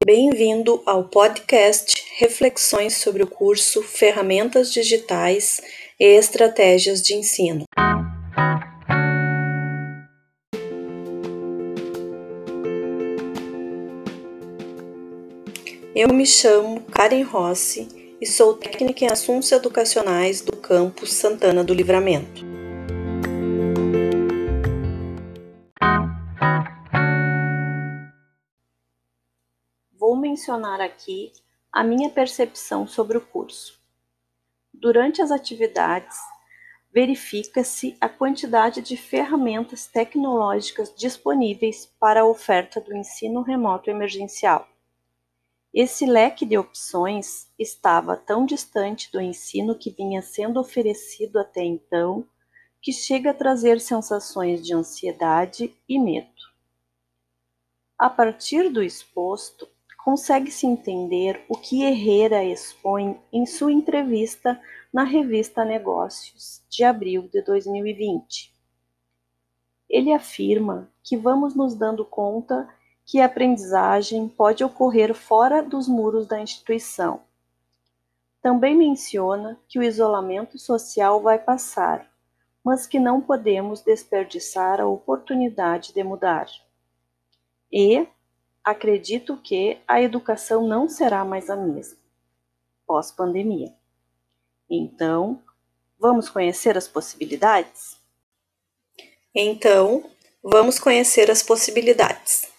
Bem-vindo ao podcast Reflexões sobre o curso Ferramentas Digitais e Estratégias de Ensino. Eu me chamo Karen Rossi e sou técnica em assuntos educacionais do campus Santana do Livramento. Vou mencionar aqui a minha percepção sobre o curso. Durante as atividades, verifica-se a quantidade de ferramentas tecnológicas disponíveis para a oferta do ensino remoto emergencial. Esse leque de opções estava tão distante do ensino que vinha sendo oferecido até então, que chega a trazer sensações de ansiedade e medo. A partir do exposto, consegue-se entender o que Herrera expõe em sua entrevista na revista Negócios, de abril de 2020. Ele afirma que vamos nos dando conta que a aprendizagem pode ocorrer fora dos muros da instituição. Também menciona que o isolamento social vai passar, mas que não podemos desperdiçar a oportunidade de mudar. E acredito que a educação não será mais a mesma pós-pandemia. Então, vamos conhecer as possibilidades?